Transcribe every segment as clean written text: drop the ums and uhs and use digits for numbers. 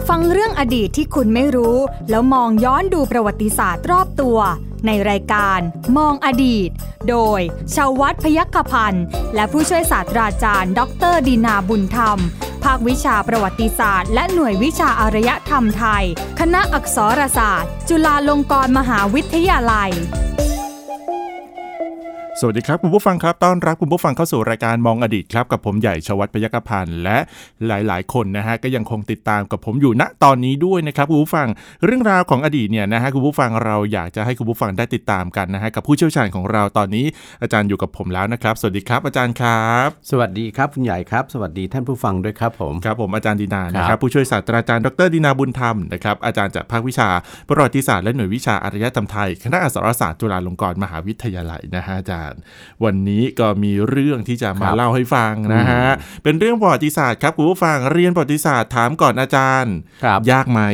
ฟังเรื่องอดีตที่คุณไม่รู้แล้วมองย้อนดูประวัติศาสตร์รอบตัวในรายการมองอดีตโดยชวัฒน์ พยัคฆพันธ์และผู้ช่วยศาสตราจารย์ดร.ดินาบุญธรรมภาควิชาประวัติศาสตร์และหน่วยวิชาอารยธรรมไทยคณะอักษรศาสตร์จุฬาลงกรณ์มหาวิทยาลัยสวัสดีครับคุณผู้ฟังครับต้อนรับคุณผู้ฟังเข้าสู่รายการมองอดีตครับกับผมใหญ่ชวัฒน์ พยัคฆพันธ์และหลายๆคนนะฮะก็ยังคงติดตามกับผมอยู่ณตอนนี้ด้วยนะครับคุณผู้ฟังเรื่องราวของอดีตเนี่ยนะฮะคุณผู้ฟังเราอยากจะให้คุณผู้ฟังได้ติดตามกันนะฮะกับผู้เชี่ยวชาญของเราตอนนี้อาจารย์อยู่กับผมแล้วนะครับสวัสดีครับอาจารย์ครับสวัสดีครับคุณใหญ่ครับสวัสดีท่านผู้ฟังด้วยครับผมครับผมอาจารย์ดินานะครับผู้ช่วยศาสตราจารย์ดร.ดินาบุญธรรมนะครับอาจารย์จากภาควิชาประวัติศาสตร์และหน่วยวิชาอารยธรรมไทยคณะอักษรศาสตร์จุฬาลงกรณ์มหาวิทยาลัยนะฮะอาจารย์วันนี้ก็มีเรื่องที่จะมาเล่าให้ฟังนะฮะเป็นเรื่องประวัติศาสตร์ครับคุณผู้ฟังเรียนประวัติศาสตร์ถามก่อนอาจารย์ยากไหม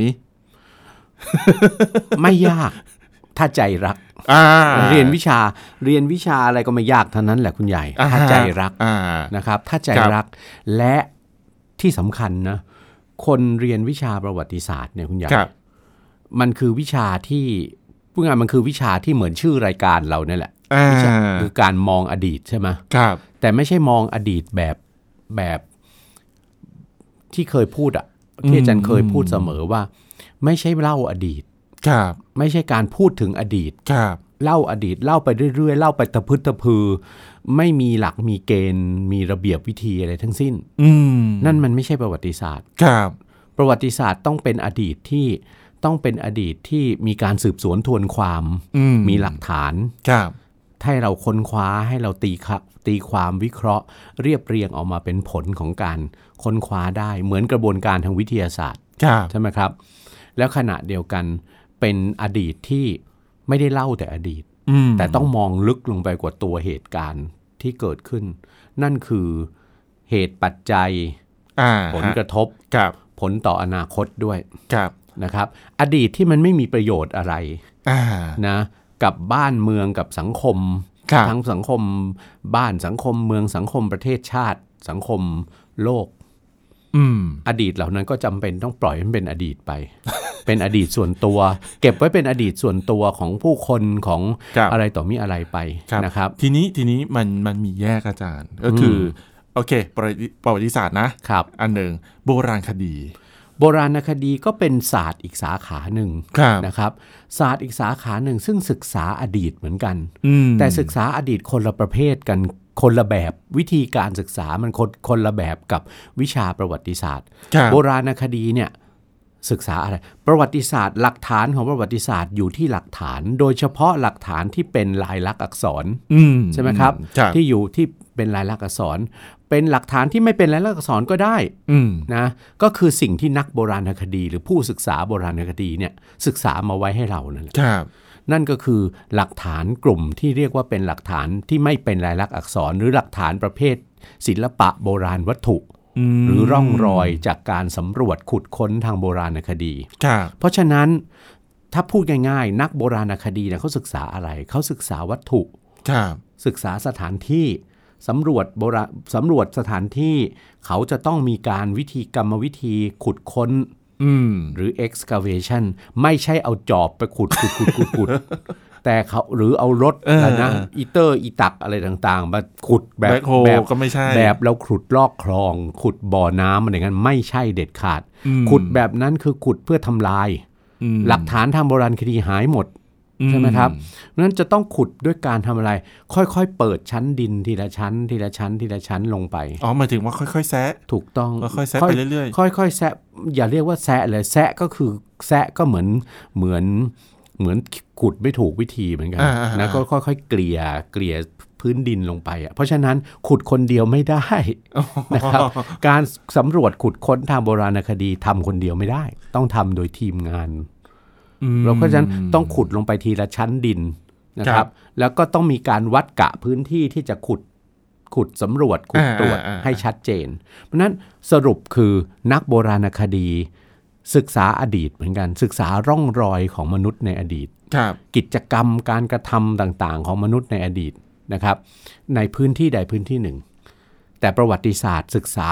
ไม่ยากถ้าใจรักเรียนวิชาอะไรก็ไม่ยากเท่านั้นแหละคุณใหญ่ถ้าใจรักนะครับถ้าใจรักและที่สำคัญนะคนเรียนวิชาประวัติศาสตร์เนี่ยคุณใหญ่มันคือวิชาที่พูดง่ายมันคือวิชาที่เหมือนชื่อรายการเราเนี่ยแหละคือการมองอดีตใช่ไหมครับแต่ไม่ใช่มองอดีตแบบที่เคยพูดที่อาจารย์เคยพูดเสมอว่าไม่ใช่เล่าอดีตครับไม่ใช่การพูดถึงอดีตครับเล่าอดีตเล่าไปเรื่อยๆเล่าไปตะพึดตะพือไม่มีหลักมีเกณฑ์มีระเบียบวิธีอะไรทั้งสิ้นนั่นมันไม่ใช่ประวัติศาสตร์ครับประวัติศาสตร์ต้องเป็นอดีตที่มีการสืบสวนทวนความมีหลักฐานให้เราค้นคว้าให้เราตีความวิเคราะห์เรียบเรียงออกมาเป็นผลของการค้นคว้าได้เหมือนกระบวนการทางวิทยาศาสตร์ใช่ไหมครับแล้วขณะเดียวกันเป็นอดีตที่ไม่ได้เล่าแต่อดีตแต่ต้องมองลึกลงไปกว่าตัวเหตุการณ์ที่เกิดขึ้นนั่นคือเหตุปัจจัยผลกระทบผลต่ออนาคตด้วยนะครับอดีตที่มันไม่มีประโยชน์อะไรนะกับบ้านเมืองกับสังคมทั้งสังคมบ้านสังคมเมืองสังคมประเทศชาติสังคมโลกอดีตเหล่านั้นก็จำเป็นต้องปล่อยให้มันเป็นอดีตไป เป็นอดีตส่วนตัวเก็บไว้เป็นอดีตส่วนตัวของผู้คนของอะไรต่อมีอะไรไปนะครับทีนี้มันมีแยกอาจารย์ก็คือโอเคประวัติศาสตร์นะครับอันหนึ่งโบราณคดีก็เป็นศาสตร์อีกสาขาหนึ่งนะครับศาสตร์อีกสาขาหนึ่งซึ่งศึกษาอดีตเหมือนกันแต่ศึกษาอดีตคนละประเภทกันคนละแบบวิธีการศึกษามันคนละแบบกับวิชาประวัติศาสตร์โบราณคดีเนี่ยศึกษาอะไรประวัติศาสตร์หลักฐานของประวัติศาสตร์อยู่ที่หลักฐานโดยเฉพาะหลักฐานที่เป็นลายลักษณ์อักษรใช่ไหมครับที่อยู่ที่เป็นลายลักษณ์อักษรเป็นหลักฐานที่ไม่เป็นลายลักษณ์อักษรก็ได้นะก็คือสิ่งที่นักโบราณคดีหรือผู้ศึกษาโบราณคดีเนี่ยศึกษามาไว้ให้เรานั่นแหละนั่นก็คือหลักฐานกลุ่มที่เรียกว่าเป็นหลักฐานที่ไม่เป็นลายลักษณ์อักษรหรือหลักฐานประเภทศิลปะโบราณวัตถุหรือร่องรอยจากการสำรวจขุดค้นทางโบราณคดีเพราะฉะนั้นถ้าพูดง่ายๆนักโบราณคดีเนี่ยเขาศึกษาอะไรเขาศึกษาวัตถุศึกษาสถานที่สำรวจสถานที่เขาจะต้องมีการกรรมวิธีขุดค้นหรือ excavation ไม่ใช่เอาจอบไปขุด แต่เขาหรือเอารถนะอีเตอร์อีตักอะไรต่างๆมาขุดแบบก็ไม่ใช่แบบเราขุดลอกคลองขุดบ่อน้ำอะไรอย่างนั้นไม่ใช่เด็ดขาดขุดแบบนั้นคือขุดเพื่อทำลายหลักฐานทางโบราณคดีหายหมดใช่ไหมครับนั้นจะต้องขุดด้วยการทำอะไรค่อยๆเปิดชั้นดินทีละชั้นทีละชั้นทีละชั้นลงไปหมายถึงว่าค่อยๆแซะถูกต้องค่อยๆแซะไปเรื่อยๆค่อยๆแซะอย่าเรียกว่าแซะเลยแซะก็คือแซะก็เหมือนขุดไม่ถูกวิธีเหมือนกันนะก็ค่อยๆเกลี่ยพื้นดินลงไปเพราะฉะนั้นขุดคนเดียวไม่ได้นะครับการสำรวจขุดค้นทางโบราณคดีทำคนเดียวไม่ได้ต้องทำโดยทีมงานเราเพราะฉะนั้นต้องขุดลงไปทีละชั้นดินนะครับแล้วก็ต้องมีการวัดกะพื้นที่ที่จะขุดสำรวจขุดตรวจให้ชัดเจนเพราะนั้นสรุปคือนักโบราณคดีศึกษาอดีตเหมือนกันศึกษาร่องรอยของมนุษย์ในอดีตกิจกรรมการกระทำต่างๆของมนุษย์ในอดีตนะครับในพื้นที่ใดพื้นที่หนึ่งแต่ประวัติศาสตร์ศึกษา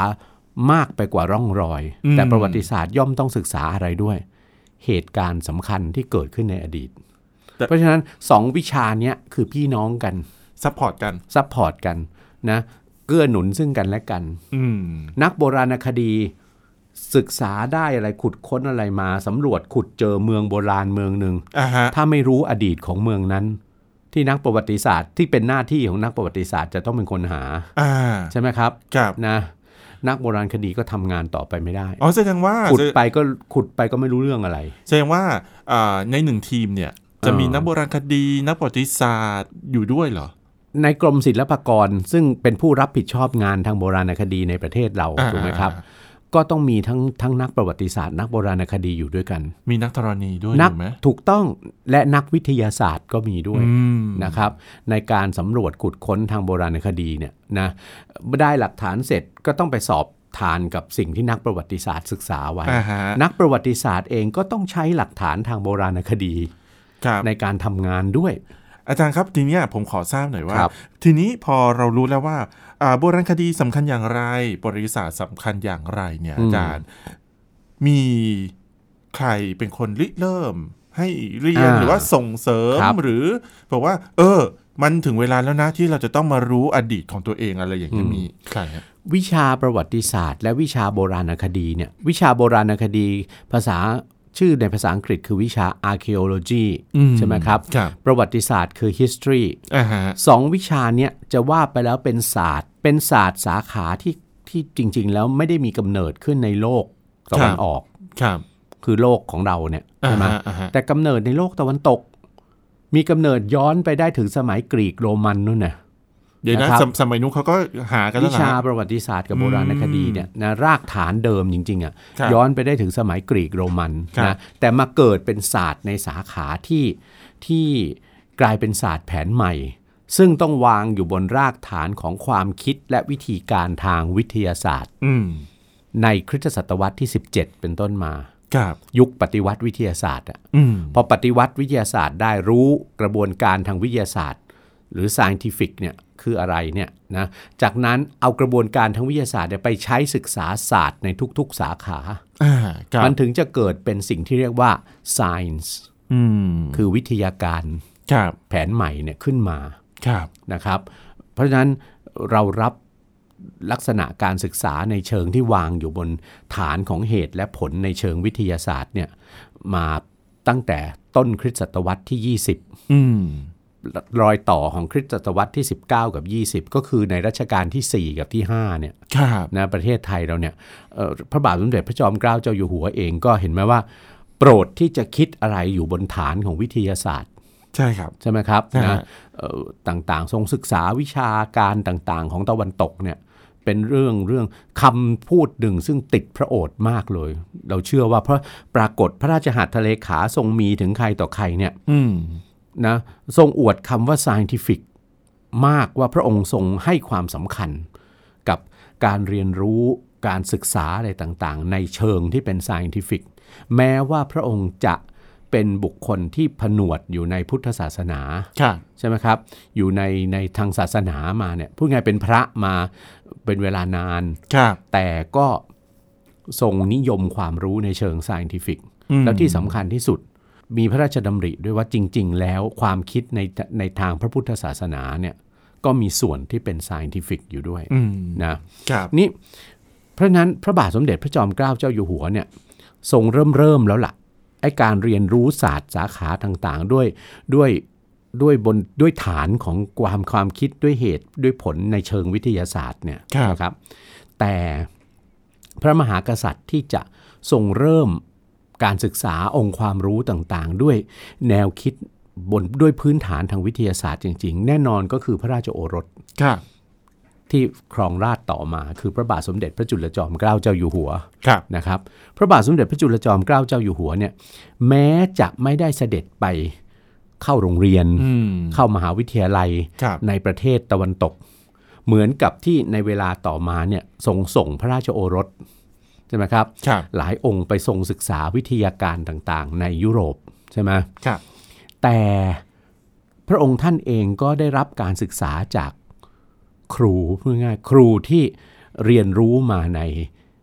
มากไปกว่าร่องรอยแต่ประวัติศาสตร์ย่อมต้องศึกษาอะไรด้วยเหตุการณ์สำคัญที่เกิดขึ้นในอดีตเพราะฉะนั้น2วิชานี้คือพี่น้องกันซัพพอร์ตกันนะเกื้อหนุนซึ่งกันและกันนักโบราณคดีศึกษาได้อะไรขุดค้นอะไรมาสำรวจขุดเจอเมืองโบราณเมืองหนึ่งถ้าไม่รู้อดีตของเมืองนั้นที่นักประวัติศาสตร์ที่เป็นหน้าที่ของนักประวัติศาสตร์จะต้องเป็นคนหาใช่ไหมครับนะนักโบราณคดีก็ทำงานต่อไปไม่ได้แสดงว่าขุดไปก็ไม่รู้เรื่องอะไรแสดงว่าใน1ทีมเนี่ยจะมีนักโบราณคดีนักประวัติศาสตร์อยู่ด้วยเหรอในกรมศิลปากรซึ่งเป็นผู้รับผิดชอบงานทางโบราณคดีในประเทศเราถูกไหมครับก็ต้องมีทั้งนักประวัติศาสตร์นักโบราณคดีอยู่ด้วยกันมีนักธรณีด้วยถูกไหมถูกต้องและนักวิทยาศาสตร์ก็มีด้วยนะครับในการสำรวจขุดค้นทางโบราณคดีเนี่ยนะได้หลักฐานเสร็จก็ต้องไปสอบทานกับสิ่งที่นักประวัติศาสตร์ศึกษาไว้นักประวัติศาสตร์เองก็ต้องใช้หลักฐานทางโบราณคดีในการทำงานด้วยอาจารย์ครับทีนี้ผมขอทราบหน่อยว่าทีนี้พอเรารู้แล้วว่าโบราณคดีสำคัญอย่างไรประวัติศาสตร์สำคัญอย่างไรเนี่ยอาจารย์มีใครเป็นคนริเริ่มให้เรียนหรือว่าส่งเสริมหรือบอกว่ามันถึงเวลาแล้วนะที่เราจะต้องมารู้อดีตของตัวเองอะไรอย่างนี้มีใครครับวิชาประวัติศาสตร์และวิชาโบราณคดีเนี่ยวิชาโบราณคดีภาษาชื่อในภาษาอังกฤษคือวิชา archaeology ใช่ไหมครับประวัติศาสตร์คือ history 2วิชาเนี้ยจะว่าไปแล้วเป็นศาสตร์สาขาที่จริงๆแล้วไม่ได้มีกำเนิดขึ้นในโลกตะวันออกคือโลกของเราเนี่ยใช่ไหมแต่กำเนิดในโลกตะวันตกมีกำเนิดย้อนไปได้ถึงสมัยกรีกโรมันนู่นน่ะเดี๋ยวนะสมัยนู้นเขาก็หากันแล้ววิชาประวัติศาสตร์กับโบราณคดีเนี่ยนะรากฐานเดิมจริงๆอ่ะย้อนไปได้ถึงสมัยกรีกโรมันนะแต่มาเกิดเป็นศาสตร์ในสาขาที่กลายเป็นศาสตร์แผนใหม่ซึ่งต้องวางอยู่บนรากฐานของความคิดและวิธีการทางวิทยาศาสตร์ในคริสตศตวรรษที่17เป็นต้นมายุคปฏิวัติวิทยาศาสตร์พอปฏิวัติวิทยาศาสตร์ได้รู้กระบวนการทางวิทยาศาสตร์หรือ scientific เนี่ยคืออะไรเนี่ยนะจากนั้นเอากระบวนการทางวิทยาศาสตร์ไปใช้ศึกษาศาสตร์ในทุกๆสาขามันถึงจะเกิดเป็นสิ่งที่เรียกว่า science คือวิทยาการแผนใหม่เนี่ยขึ้นมานะครับเพราะฉะนั้นเรารับลักษณะการศึกษาในเชิงที่วางอยู่บนฐานของเหตุและผลในเชิงวิทยาศาสตร์เนี่ยมาตั้งแต่ต้นคริสตศตวรรษที่20รอยต่อของคริสตศตวรรษที่19กับ20ก็คือในรัชกาลที่4กับที่5เนี่ยนะประเทศไทยเราเนี่ยพระบาทสมเด็จพระจอมเกล้าเจ้าอยู่หัวเองก็เห็นไหมว่าโปรดที่จะคิดอะไรอยู่บนฐานของวิทยาศาสตร์ใช่ครับใช่ไหมครับนะต่างๆทรงศึกษาวิชาการต่างๆของตะวันตกเนี่ยเป็นเรื่องคำพูดหนึ่งซึ่งติดพระโอษฐ์มากเลยเราเชื่อว่าเพราะปรากฏพระราชหัตถเลขาทรงมีถึงใครต่อใครเนี่ยนะทรงอวดคำว่า scientific มากว่าพระองค์ทรงให้ความสำคัญกับการเรียนรู้การศึกษาอะไรต่างๆในเชิงที่เป็น scientific แม้ว่าพระองค์จะเป็นบุคคลที่ผนวดอยู่ในพุทธศาสนาใช่ไหมครับอยู่ในทางศาสนามาเนี่ยพูดง่ายเป็นพระมาเป็นเวลานานแต่ก็ทรงนิยมความรู้ในเชิง scientific แล้วที่สำคัญที่สุดมีพระราชดำริด้วยว่าจริงๆแล้วความคิดในทางพระพุทธศาสนาเนี่ยก็มีส่วนที่เป็น scientific อยู่ด้วยนะนี่เพราะนั้นพระบาทสมเด็จพระจอมเกล้าเจ้าอยู่หัวเนี่ยทรงเริ่มแล้วล่ะไอ้การเรียนรู้ศาสตร์สาขาต่างๆด้วยฐานของความคิดด้วยเหตุด้วยผลในเชิงวิทยาศาสตร์เนี่ยนะครับแต่พระมหากษัตริย์ที่จะทรงเริ่มการศึกษาองค์ความรู้ต่างๆด้วยแนวคิดด้วยพื้นฐานทางวิทยาศาสตร์จริงๆแน่นอนก็คือพระราชโอรสที่ครองราชย์ต่อมาคือพระบาทสมเด็จพระจุลจอมเกล้าเจ้าอยู่หัวนะครับพระบาทสมเด็จพระจุลจอมเกล้าเจ้าอยู่หัวเนี่ยแม้จะไม่ได้เสด็จไปเข้าโรงเรียนเข้ามหาวิทยาลัยในประเทศตะวันตกเหมือนกับที่ในเวลาต่อมาเนี่ยส่งพระราชโอรสใช่ไหมครับหลายองค์ไปทรงศึกษาวิทยาการต่างๆในยุโรปใช่ไหมแต่พระองค์ท่านเองก็ได้รับการศึกษาจากครูพูดง่ายครูที่เรียนรู้มาใน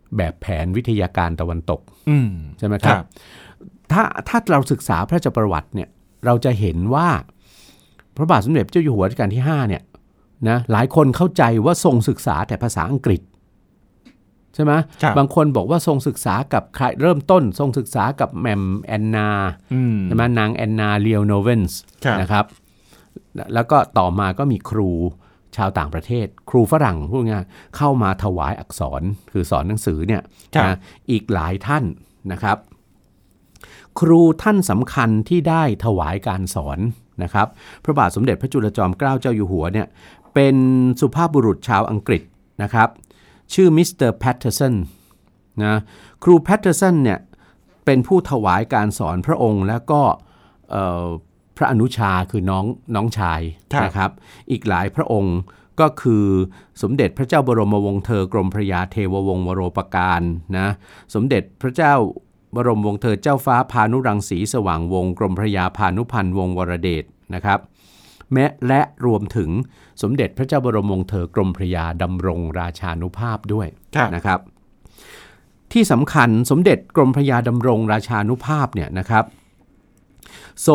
แบบแผนวิทยาการตะวันตกใช่ไหมครับถ้าเราศึกษาพระราชประวัติเนี่ยเราจะเห็นว่าพระบาทสมเด็จพระเจ้าอยู่หัวรัชกาลที่5เนี่ยนะหลายคนเข้าใจว่าทรงศึกษาแต่ภาษาอังกฤษใช่ไหมบางคนบอกว่าทรงศึกษากับใครเริ่มต้นทรงศึกษากับแมมแอนนาใช่ไหมนางแอนนาเลียวโนเวนส์นะครับแล้วก็ต่อมาก็มีครูชาวต่างประเทศครูฝรั่งพวกนี้เข้ามาถวายอักษรคือสอนหนังสือเนี่ยนะอีกหลายท่านนะครับครูท่านสำคัญที่ได้ถวายการสอนนะครับพระบาทสมเด็จพระจุลจอมเกล้าเจ้าอยู่หัวเนี่ยเป็นสุภาพบุรุษชาวอังกฤษนะครับชื่อมิสเตอร์แพตเทอร์สันนะครูแพตเทอร์สันเนี่ยเป็นผู้ถวายการสอนพระองค์แล้วก็พระอนุชาคือน้องชายนะครับอีกหลายพระองค์ก็คือสมเด็จพระเจ้าบรมวงศ์เธอกรมพระยาเทววงศ์วโรปการนะสมเด็จพระเจ้าบรมวงศ์เธอเจ้าฟ้าพานุรังสีสว่างวงศ์กรมพระยาพานุพันธ์วงศ์วรเดชนะครับและรวมถึงสมเด็จพระเจ้าบรมวงศ์เธอกรมพระยาดำรงราชานุภาพด้วยนะครับที่สำคัญสมเด็จกรมพระยาดำรงราชานุภาพเนี่ยนะครับท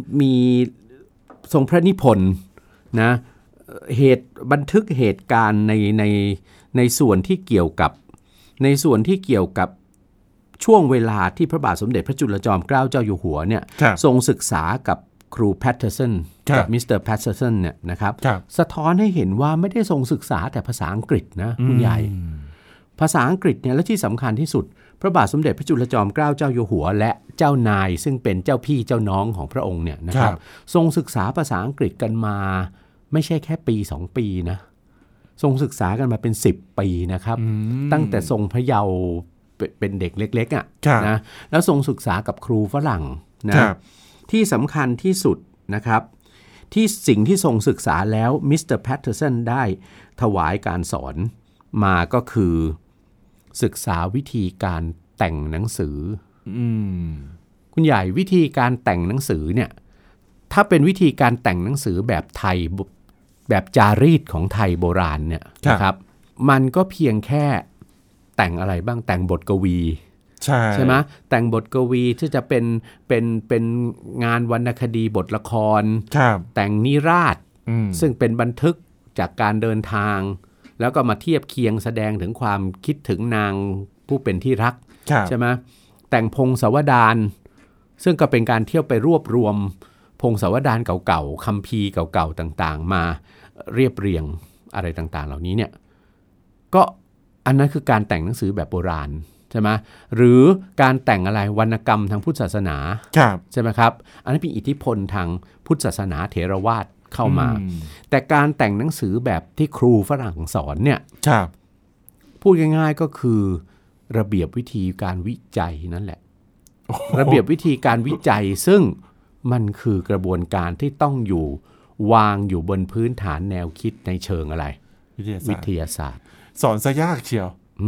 รงพระนิพนธ์นะบันทึกเหตุการณ์ในส่วนที่เกี่ยวกับช่วงเวลาที่พระบาทสมเด็จพระจุลจอมเกล้าเจ้าอยู่หัวเนี่ยทรงศึกษากับครูแพตเทอร์สันกับมิสเตอร์แพตเทอร์สันเนี่ยนะครับสะท้อนให้เห็นว่าไม่ได้ทรงศึกษาแต่ภาษาอังกฤษนะคุณใหญ่ภาษาอังกฤษเนี่ยและที่สำคัญที่สุดพระบาทสมเด็จพระจุลจอมเกล้าเจ้าอยู่หัวและเจ้านายซึ่งเป็นเจ้าพี่เจ้าน้องของพระองค์เนี่ยนะครับทรงศึกษาภาษาอังกฤษกันมาไม่ใช่แค่ปี2ปีนะทรงศึกษากันมาเป็น10ปีนะครับตั้งแต่ทรงพระเยาว์เป็นเด็กเล็กๆอ่ะนะแล้วทรงศึกษากับครูฝรั่งนะที่สำคัญที่สุดนะครับที่สิ่งที่ทรงศึกษาแล้วมิสเตอร์แพตเทอร์สันได้ถวายการสอนมาก็คือศึกษาวิธีการแต่งหนังสือคุณใหญ่วิธีการแต่งหนังสือเนี่ยถ้าเป็นวิธีการแต่งหนังสือแบบไทยแบบจารีตของไทยโบราณเนี่ยนะครับมันก็เพียงแค่แต่งอะไรบ้างแต่งบทกวีใช่ไหมแต่งบทกวีที่จะเป็นงานวรรณคดีบทละครแต่งนิราศซึ่งเป็นบันทึกจากการเดินทางแล้วก็มาเทียบเคียงแสดงถึงความคิดถึงนางผู้เป็นที่รักใช่ไหมแต่งพงศาวดารซึ่งก็เป็นการเที่ยวไปรวบรวมพงศาวดารเก่าๆคัมภีร์เก่าๆต่างๆมาเรียบเรียงอะไรต่างๆเหล่านี้เนี่ยก็อันนั้นคือการแต่งหนังสือแบบโบราณใช่ไหมหรือการแต่งอะไรวรรณกรรมทางพุทธศาสนาใช่ไหมครับอันนั้นเป็นอิทธิพลทางพุทธศาสนาเถรวาทเข้ามาแต่การแต่งหนังสือแบบที่ครูฝรั่งสอนเนี่ยพูดง่ายๆก็คือระเบียบวิธีการวิจัยนั่นแหละระเบียบวิธีการวิจัยซึ่งมันคือกระบวนการที่ต้องวางอยู่บนพื้นฐานแนวคิดในเชิงอะไรวิทยาศาสตร์สอนซะยากเชียว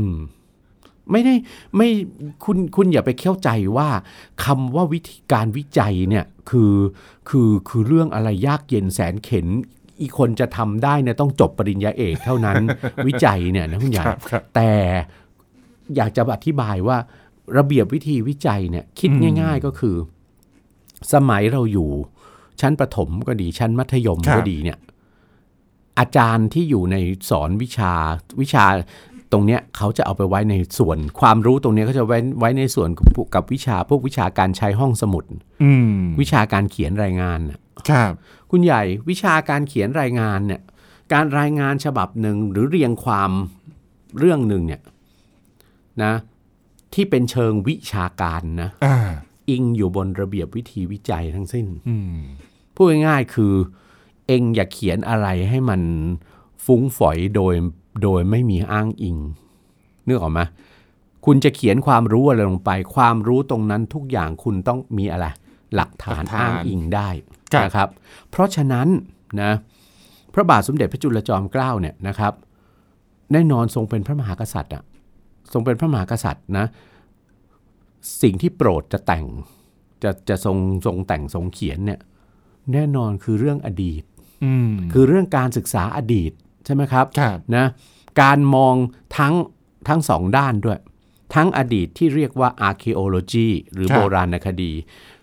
ไม่คุณอย่าไปเข้าใจว่าคำว่าวิธีการวิจัยเนี่ยคือเรื่องอะไรยากเย็นแสนเข็ญอีกคนจะทำได้เนี่ยต้องจบปริญญาเอกเท่านั้น วิจัยเนี่ยนะคุณใหญ่แต่อยากจะอธิบายว่าระเบียบวิธีวิจัยเนี่ยคิดง่ายๆก็คือสมัยเราอยู่ชั้นประถมก็ดีชั้นมัธยมก็ดีเนี่ยอาจารย์ที่อยู่ในสอนวิชาตรงเนี้ยเขาจะเอาไปไว้ในส่วนความรู้ตรงเนี้ยเขาจะไว้ในส่วนกับวิชาพวกวิชาการใช้ห้องสมุดวิชาการเขียนรายงานครับคุณใหญ่วิชาการเขียนรายงานเนี่ยการรายงานฉบับหนึ่งหรือเรียงความเรื่องหนึ่งเนี่ยนะที่เป็นเชิงวิชาการนะอิงอยู่บนระเบียบวิธีวิจัยทั้งสิ้นพูดง่ายๆคือเอ็งอย่าเขียนอะไรให้มันฟุ้งฝอยโดยไม่มีอ้างอิงนึกออกไหมคุณจะเขียนความรู้อะไรลงไปความรู้ตรงนั้นทุกอย่างคุณต้องมีอะไรหลักฐานอ้างอิงได้นะครับเพราะฉะนั้นนะพระบาทสมเด็จพระจุลจอมเกล้าเนี่ยนะครับแน่นอนทรงเป็นพระมหากษัตริย์ทรงเป็นพระมหากษัตริย์นะสิ่งที่โปรดจะแต่งจะทรงแต่งทรงเขียนเนี่ยแน่นอนคือเรื่องอดีตคือเรื่องการศึกษาอดีตใช่ไหมครับนะการมองทั้งสองด้านด้วยทั้งอดีตที่เรียกว่า archaeology หรือโบราณคดี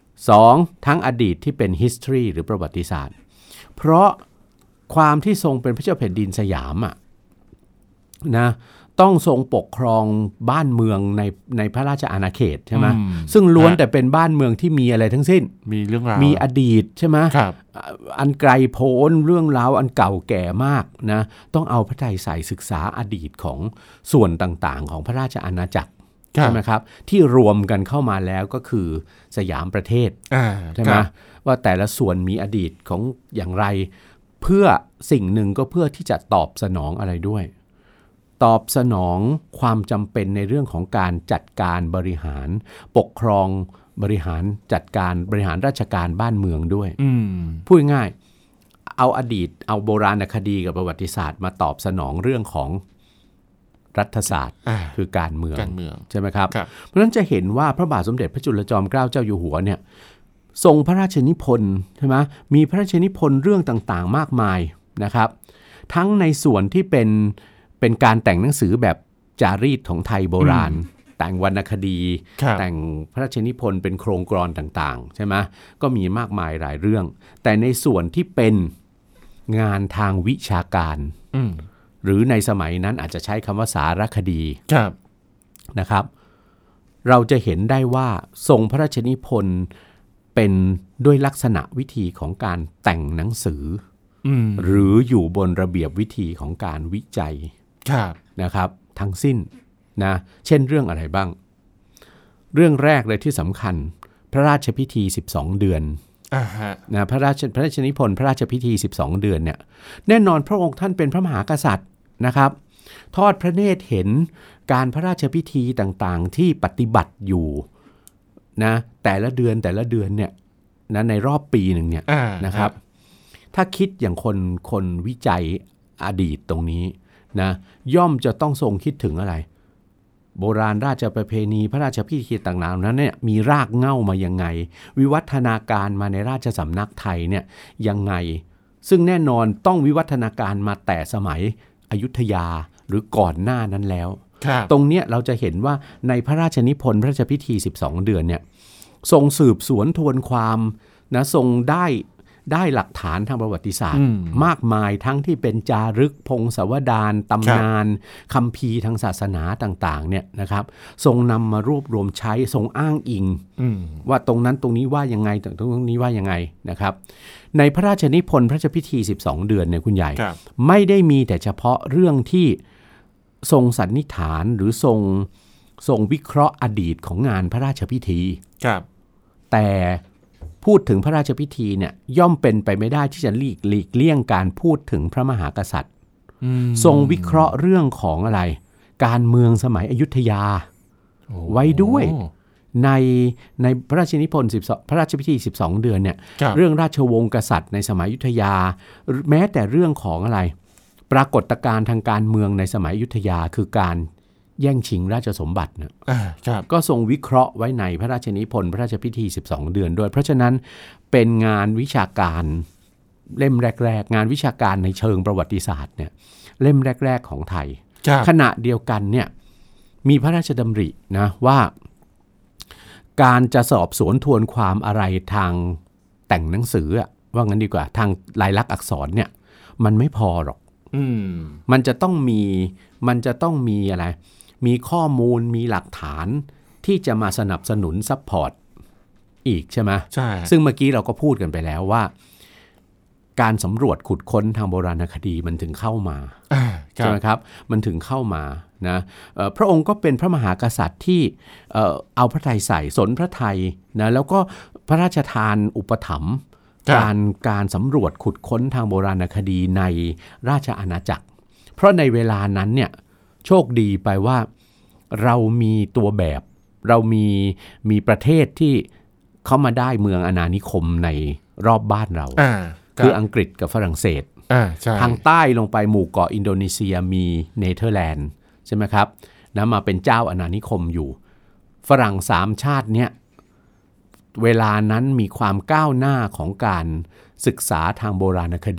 2ทั้งอดีตที่เป็น history หรือประวัติศาสตร์เพราะความที่ทรงเป็นพระเจ้าแผ่นดินสยามนะต้องทรงปกครองบ้านเมืองในพระราชอาณาเขตใช่ไหมซึ่งล้วนแต่เป็นบ้านเมืองที่มีอะไรทั้งสิ้นมีเรื่องราวมีอดีตใช่ไหมอันไกลโพ้นเรื่องราวอันเก่าแก่มากนะต้องเอาพระทัยใส่ศึกษาอดีตของส่วนต่างๆของพระราชอาณาจักรใช่ไหมครับที่รวมกันเข้ามาแล้วก็คือสยามประเทศใช่ไหมว่าแต่ละส่วนมีอดีตของอย่างไรเพื่อสิ่งหนึ่งก็เพื่อที่จะตอบสนองอะไรด้วยตอบสนองความจำเป็นในเรื่องของการจัดการบริหารปกครองบริหารจัดการบริหารราชการบ้านเมืองด้วยพูดง่ายเอาอดีตเอาโบราณคดีกับประวัติศาสตร์มาตอบสนองเรื่องของรัฐศาสตร์คือการเมืองใช่ไหมครับเพราะฉะนั้นจะเห็นว่าพระบาทสมเด็จพระจุลจอมเกล้าเจ้าอยู่หัวเนี่ยทรงพระราชนิพนธ์ใช่ไหมมีพระราชนิพนธ์เรื่องต่างๆมากมายนะครับทั้งในส่วนที่เป็นการแต่งหนังสือแบบจารีตของไทยโบราณแต่งวรรณคดีแต่งพระราชนิพนธ์เป็นโครงกลอนต่างๆใช่ไหมก็มีมากมายหลายเรื่องแต่ในส่วนที่เป็นงานทางวิชาการหรือในสมัยนั้นอาจจะใช้คำว่าสารคดีนะครับเราจะเห็นได้ว่าทรงพระราชนิพนธ์เป็นด้วยลักษณะวิธีของการแต่งหนังสือหรืออยู่บนระเบียบวิธีของการวิจัยนะครับทั้งสิ้นนะเช่นเรื่องอะไรบ้างเรื่องแรกเลยที่สำคัญพระราชพิธี12เดือนนะพระราชนิพนธ์พระราชพิธี12เดือนเนี่ยแน่นอนพระองค์ท่านเป็นพระมหากษัตริย์นะครับทอดพระเนตรเห็นการพระราชพิธีต่างๆที่ปฏิบัติอยู่นะแต่ละเดือนเนี่ยนะในรอบปีหนึ่งเนี่ยนะครับถ้าคิดอย่างคนวิจัยอดีตตรงนี้นะย่อมจะต้องทรงคิดถึงอะไรโบราณราชประเพณีพระราชพิธีต่างๆนั้นเนี่ยมีรากเหง้ามายังไงวิวัฒนาการมาในราชสำนักไทยเนี่ยยังไงซึ่งแน่นอนต้องวิวัฒนาการมาแต่สมัยอยุธยาหรือก่อนหน้านั้นแล้วตรงเนี้ยเราจะเห็นว่าในพระราชนิพนธ์พระราชพิธี12เดือนเนี่ยทรงสืบสวนทวนความนะทรงได้หลักฐานทางประวัติศาสตร์มากมายทั้งที่เป็นจารึกพงศาวดารตำนานคัมภีร์ทางศาสนาต่างๆเนี่ยนะครับทรงนำมารวบรวมใช้ทรงอ้างอิงว่าตรงนั้นตรงนี้ว่ายังไงตรงนี้ว่ายังไงนะครับในพระราชนิพนธ์พระราชพิธี12เดือนเนี่ยคุณใหญ่ไม่ได้มีแต่เฉพาะเรื่องที่ทรงสันนิษฐานหรือทรงวิเคราะห์อดีตของงานพระราชพิธีแต่พูดถึงพระราชพิธีเนี่ยย่อมเป็นไปไม่ได้ที่จะหลีกเลี่ยงการพูดถึงพระมหากษัตริย์ทรงวิเคราะห์เรื่องของอะไรการเมืองสมัยอยุธยาไว้ด้วยในพระราชนิพนธ์พระราชพิธี12เดือนเนี่ยเรื่องราชวงศ์กษัตริย์ในสมัยอยุธยาแม้แต่เรื่องของอะไรปรากฏการณ์ทางการเมืองในสมัยอยุธยาคือการแย่งชิงราชสมบัติเนี่ยก็ทรงวิเคราะห์ไว้ในพระราชนิพนธ์พระราชพิธี12เดือนด้วยเพราะฉะนั้นเป็นงานวิชาการเล่มแรกๆงานวิชาการในเชิงประวัติศาสตร์เนี่ยเล่มแรกๆของไทยขณะเดียวกันเนี่ยมีพระราชดำรินะว่าการจะสอบสวนทวนความอะไรทางแต่งหนังสือว่างั้นดีกว่าทางลายลักษณ์อักษรเนี่ยมันไม่พอหรอกมันจะต้องมีอะไรมีข้อมูลมีหลักฐานที่จะมาสนับสนุนซัพพอร์ตอีกใช่ไหมใช่ซึ่งเมื่อกี้เราก็พูดกันไปแล้วว่าการสำรวจขุดค้นทางโบราณคดีมันถึงเข้ามาใช่ไหมครับมันถึงเข้ามานะพระองค์ก็เป็นพระมหากษัตริย์ที่เอาพระทัยใส่สนพระทัยนะแล้วก็พระราชทานอุปถัมภ์การสำรวจขุดค้นทางโบราณคดีในราชอาณาจักรเพราะในเวลานั้นเนี่ยโชคดีไปว่าเรามีตัวแบบเรามีประเทศที่เข้ามาได้เมืองอาณานิคมในรอบบ้านเราคืออังกฤษกับฝรั่งเศสทางใต้ลงไปหมู่เกาะอินโดนีเซียมีเนเธอร์แลนด์ใช่ไหมครับนะมาเป็นเจ้าอาณานิคมอยู่ฝรั่ง3ชาติเนี้ยเวลานั้นมีความก้าวหน้าของการศึกษาทางโบราณคดี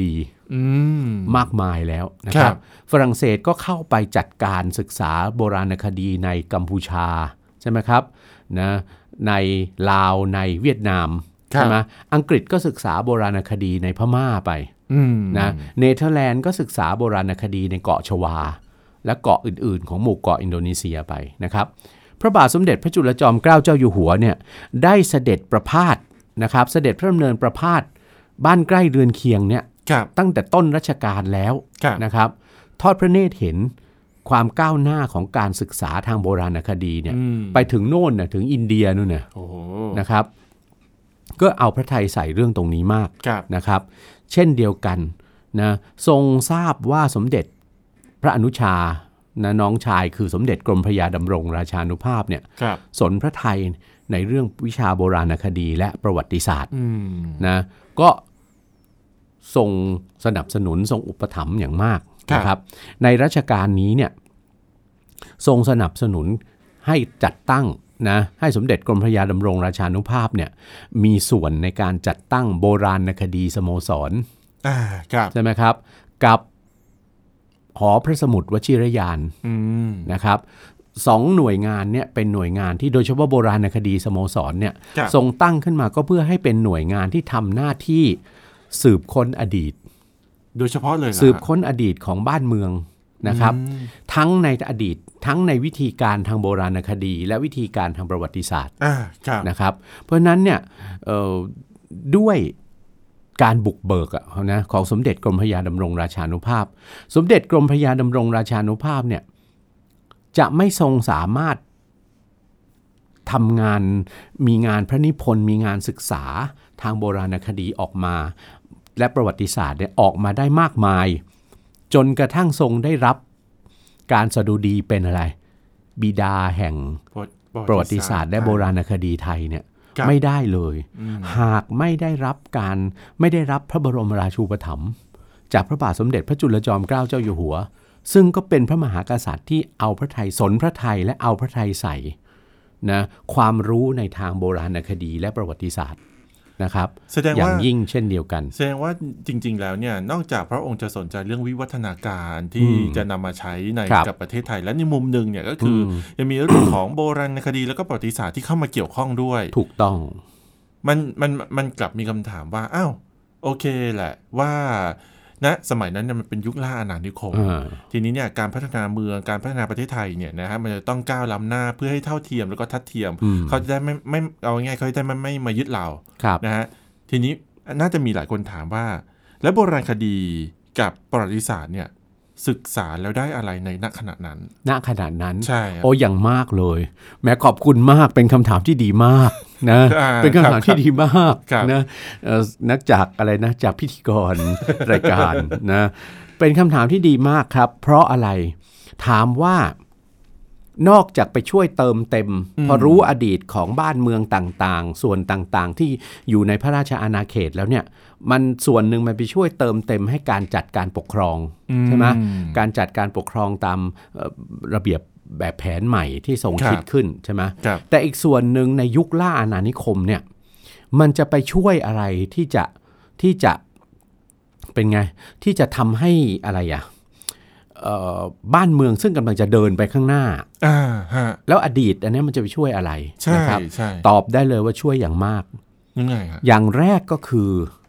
มากมายแล้วนะครับฝรั่งเศสก็เข้าไปจัดการศึกษาโบราณคดีในกัมพูชาใช่ไหมครับนะในลาวในเวียดนามใช่ไหมอังกฤษก็ศึกษาโบราณคดีในพม่าไปนะเนเธอร์แลนด์ก็ศึกษาโบราณคดีในเกาะชวาและเกาะอื่นๆของหมู่เกาะอินโดนีเซียไปนะครับพระบาทสมเด็จพระจุลจอมเกล้าเจ้าอยู่หัวเนี่ยได้เสด็จประพาสนะครับเสด็จพระดำเนินประพาสบ้านใกล้เรือนเคียงเนี่ยตั้งแต่ต้นรัชกาลแล้วนะครับทอดพระเนตรเห็นความก้าวหน้าของการศึกษาทางโบราณคดีเนี่ยไปถึงโน่นนะถึงอินเดียนู่นนะนะครับก็เอาพระทัยใส่เรื่องตรงนี้มากนะครับเช่นเดียวกันนะทรงทราบว่าสมเด็จพระอนุชานะน้องชายคือสมเด็จกรมพระยาดำรงราชานุภาพเนี่ยสนพระทัยในเรื่องวิชาโบราณคดีและประวัติศาสตร์นะก็ทรงสนับสนุนทรงอุปถัมภ์อย่างมากนะครับในรัชกาลนี้เนี่ยทรงสนับสนุนให้จัดตั้งนะให้สมเด็จกรมพระยาดำรงราชานุภาพเนี่ยมีส่วนในการจัดตั้งโบราณคดีสโมสรใช่ไหมครับกับหอพระสมุดวชิรยานนะครับสองหน่วยงานเนี่ยเป็นหน่วยงานที่โดยเฉพาะโบราณคดีสโมสรเนี่ยทรงตั้งขึ้นมาก็เพื่อให้เป็นหน่วยงานที่ทำหน้าที่สืบค้นอดีตโดยเฉพาะเลยสืบค้นอดีตของบ้านเมืองนะครับทั้งในอดีตทั้งในวิธีการทางโบราณคดีและวิธีการทางประวัติศาสตร์นะครับเพราะฉะนั้นเนี่ยด้วยการบุกเบิกนะของสมเด็จกรมพระยาดำรงราชานุภาพสมเด็จกรมพระยาดำรงราชานุภาพเนี่ยจะไม่ทรงสามารถทำงานมีงานพระนิพนธ์มีงานศึกษาทางโบราณคดีออกมาและประวัติศาสตร์เนี่ยออกมาได้มากมายจนกระทั่งทรงได้รับการสดุดีเป็นอะไรบิดาแห่งประวัติศาสตร์และโบราณคดีไทยเนี่ยไม่ได้เลยหากไม่ได้รับพระบรมราชูปถัมภ์จากพระบาทสมเด็จพระจุลจอมเกล้าเจ้าอยู่หัวซึ่งก็เป็นพระมหากษัตริย์ที่เอาพระทัยสนพระทัยและเอาพระทัยใส่นะความรู้ในทางโบราณคดีและประวัติศาสตร์นะครับอย่างยิ่งเช่นเดียวกันแสดงว่าจริงๆแล้วเนี่ยนอกจากพระองค์จะสนใจเรื่องวิวัฒนาการที่จะนำมาใช้ในกับประเทศไทยและในมุมนึงเนี่ยก็คือยังมีเรื่องของโบราณคดีแล้วก็ประวัติศาสตร์ที่เข้ามาเกี่ยวข้องด้วยถูกต้องมันกลับมีคำถามว่าอ้าวโอเคแหละว่านะสมัยนั้นมันเป็นยุคล่าอาณานิคมทีนี้เนี่ยการพัฒนาเมืองการพัฒนาประเทศไทยเนี่ยนะฮะมันจะต้องก้าวล้ำหน้าเพื่อให้เท่าเทียมแล้วก็ทัดเทียมเขาจะได้ไม่เอาง่ายเขาจะได้ไม่มายึดเรานะฮะทีนี้น่าจะมีหลายคนถามว่าแล้วโบราณคดีกับประวัติศาสตร์เนี่ยศึกษาแล้วได้อะไรในณขณะนั้นใช่โอ้อย่างมากเลยแม้ขอบคุณมากเป็นคำถามที่ดีมากนะเป็นคำถามที่ดีมากนะนักจากอะไรนะจากพิธีกรรายการนะเป็นคำถามที่ดีมากครับเพราะอะไรถามว่านอกจากไปช่วยเติมเต็มพอรู้อดีตของบ้านเมืองต่างๆส่วนต่างๆที่อยู่ในพระราชอาณาเขตแล้วเนี่ยมันส่วนหนึ่งมันไปช่วยเติมเต็มให้การจัดการปกครองใช่ไหมการจัดการปกครองตามระเบียบแบบแผนใหม่ที่ทรงคิดขึ้นใช่ไหมแต่อีกส่วนหนึ่งในยุคล่าอาณานิคมเนี่ยมันจะไปช่วยอะไรที่จะเป็นไงที่จะทำให้อะไรบ้านเมืองซึ่งกำลังจะเดินไปข้างหน้าแล้วอดีตอันนี้มันจะไปช่วยอะไรนะครับตอบได้เลยว่าช่วยอย่างมากยังไงครับอย่างแรกก็คือ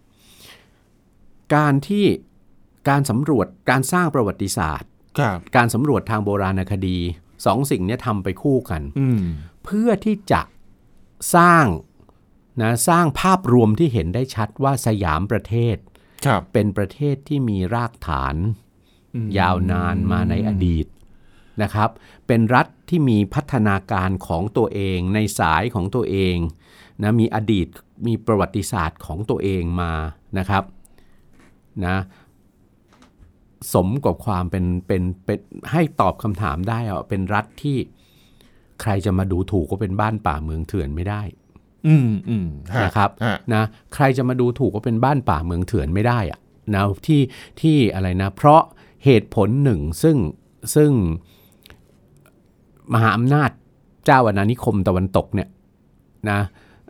การสำรวจการสร้างประวัติศาสตร์การสำรวจทางโบราณคดีสองสิ่งนี้ทำไปคู่กันเพื่อที่จะสร้างภาพรวมที่เห็นได้ชัดว่าสยามประเทศเป็นประเทศที่มีรากฐานยาวนานมาในอดีตนะครับเป็นรัฐที่มีพัฒนาการของตัวเองในสายของตัวเองนะมีอดีตมีประวัติศาสตร์ของตัวเองมานะครับนะสมกับความเป็นให้ตอบคำถามได้เป็นรัฐที่ใครจะมาดูถูกว่าเป็นบ้านป่าเมืองเถื่อนไม่ได้นะครับนะใครจะมาดูถูกว่าเป็นบ้านป่าเมืองเถื่อนไม่ได้อะนะที่อะไรนะเพราะเหตุผลหนึ่งซึ่งมหาอำนาจเจ้าอาณานิคมตะวันตกเนี่ยนะ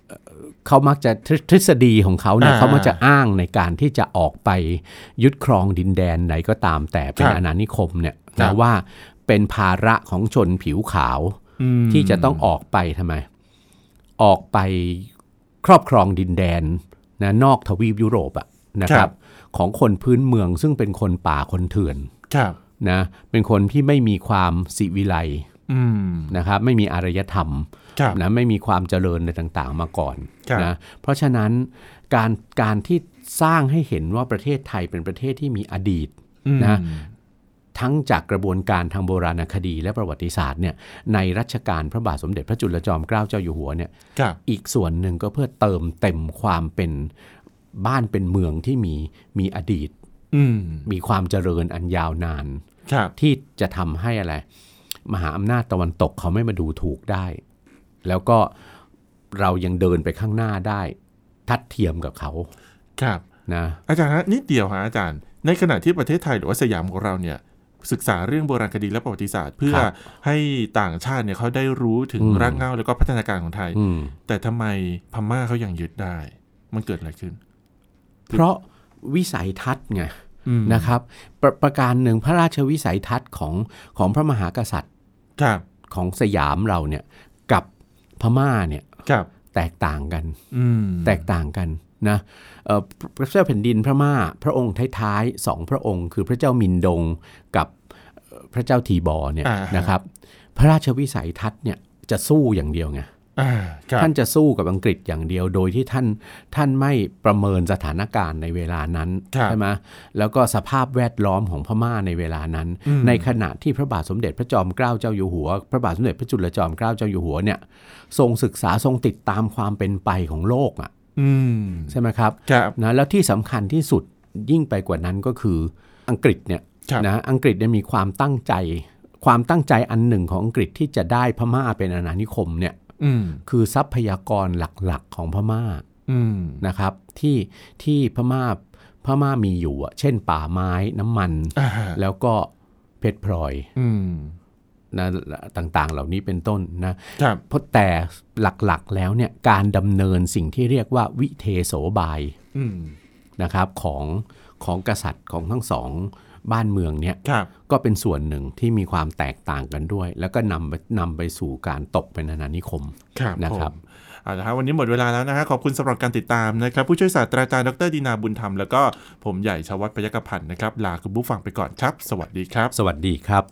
เขามักจะทฤษฎีของเขาเนี่ยเขามักจะอ้างในการที่จะออกไปยึดครองดินแดนไหนก็ตามแต่เป็นอาณานิคมเนี่ยนะว่าเป็นภาระของชนผิวขาวที่จะต้องออกไปทำไมออกไปครอบครองดินแดนนะนอกทวีปยุโรปอะนะครับของคนพื้นเมืองซึ่งเป็นคนป่าคนเถื่อนนะเป็นคนที่ไม่มีความศิวิไลนะครับไม่มีอารยธรรมนะไม่มีความเจริญในต่างๆมาก่อนนะเพราะฉะนั้นการที่สร้างให้เห็นว่าประเทศไทยเป็นประเทศที่มีอดีตนะทั้งจากกระบวนการทางโบราณคดีและประวัติศาสตร์เนี่ยในรัชกาลพระบาทสมเด็จพระจุลจอมเกล้าเจ้าอยู่หัวเนี่ยอีกส่วนหนึ่งก็เพื่อเติมเต็มความเป็นบ้านเป็นเมืองที่มีอดีตมีความเจริญอันยาวนานที่จะทำให้อะไรมหาอำนาจตะวันตกเขาไม่มาดูถูกได้แล้วก็เรายังเดินไปข้างหน้าได้ทัดเทียมกับเขาครับนะอาจารย์นิดเดียวฮะอาจารย์ในขณะที่ประเทศไทยหรือว่าสยามของเราเนี่ยศึกษาเรื่องโบราณคดีและประวัติศาสตร์เพื่อให้ต่างชาติเนี่ยเขาได้รู้ถึงรากเหง้าแล้วก็พัฒนาการของไทยแต่ทำไมพม่าเขายังยึดได้มันเกิดอะไรขึ้นเพราะวิสัยทัศน์ไงนะครับประการหนึ่งพระราชวิสัยทัศน์ของพระมหากษัตริย์ของสยามเราเนี่ยกับพม่าเนี่ยแตกต่างกันนะพระเจ้าแผ่นดินพม่าพระองค์ท้ายๆ2พระองค์คือพระเจ้ามินดงกับพระเจ้าทีบอร์เนี่ยนะครับพระราชวิสัยทัศน์เนี่ยจะสู้อย่างเดียวไงท่านจะสู้กับอังกฤษอย่างเดียวโดยที่ท่านไม่ประเมินสถานการณ์ในเวลานั้นใช่ไหมแล้วก็สภาพแวดล้อมของพม่าในเวลานั้นในขณะที่พระบาทสมเด็จพระจอมเกล้าเจ้าอยู่หัวพระบาทสมเด็จพระจุลจอมเกล้าเจ้าอยู่หัวเนี่ยทรงศึกษาทรงติดตามความเป็นไปของโลกอ่ะใช่ไหมครับนะแล้วที่สำคัญที่สุดยิ่งไปกว่านั้นก็คืออังกฤษเนี่ยนะอังกฤษเนี่ยมีความตั้งใจอันหนึ่งของอังกฤษที่จะได้พม่าเป็นอาณานิคมเนี่ยคือทรัพยากรหลักๆของพม่านะครับที่พม่ามีอยู่เช่นป่าไม้น้ำมันแล้วก็เพชรพลอยนะต่างๆเหล่านี้เป็นต้นนะเพราะแต่หลักๆแล้วเนี่ยการดำเนินสิ่งที่เรียกว่าวิเทโสบายนะครับของกษัตริย์ของทั้งสองบ้านเมืองเนี่ยก็เป็นส่วนหนึ่งที่มีความแตกต่างกันด้วยแล้วก็นำไปสู่การตกเป็นอาณานิคมนะครับวันนี้หมดเวลาแล้วนะฮะขอบคุณสำหรับการติดตามนะครับผู้ช่วยศาสตราจารย์ดร.ดินาบุญธรรมแล้วก็ผมใหญ่ชวัฒน์พยัคฆพันธ์นะครับลาคุณผู้ฟังไปก่อนครับสวัสดีครับสวัสดีครับ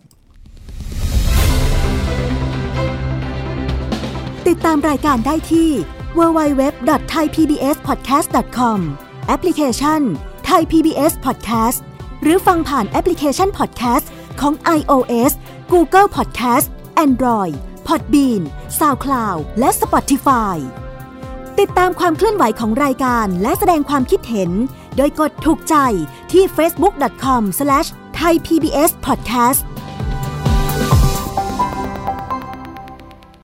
ติดตามรายการได้ที่ www.thaipbspodcast.com แอปพลิเคชัน Thai PBS Podcast หรือฟังผ่านแอปพลิเคชัน Podcast ของ iOS Google Podcast Android Podbean SoundCloud และ Spotify ติดตามความเคลื่อนไหวของรายการและแสดงความคิดเห็นโดยกดถูกใจที่ facebook.com/thaipbspodcast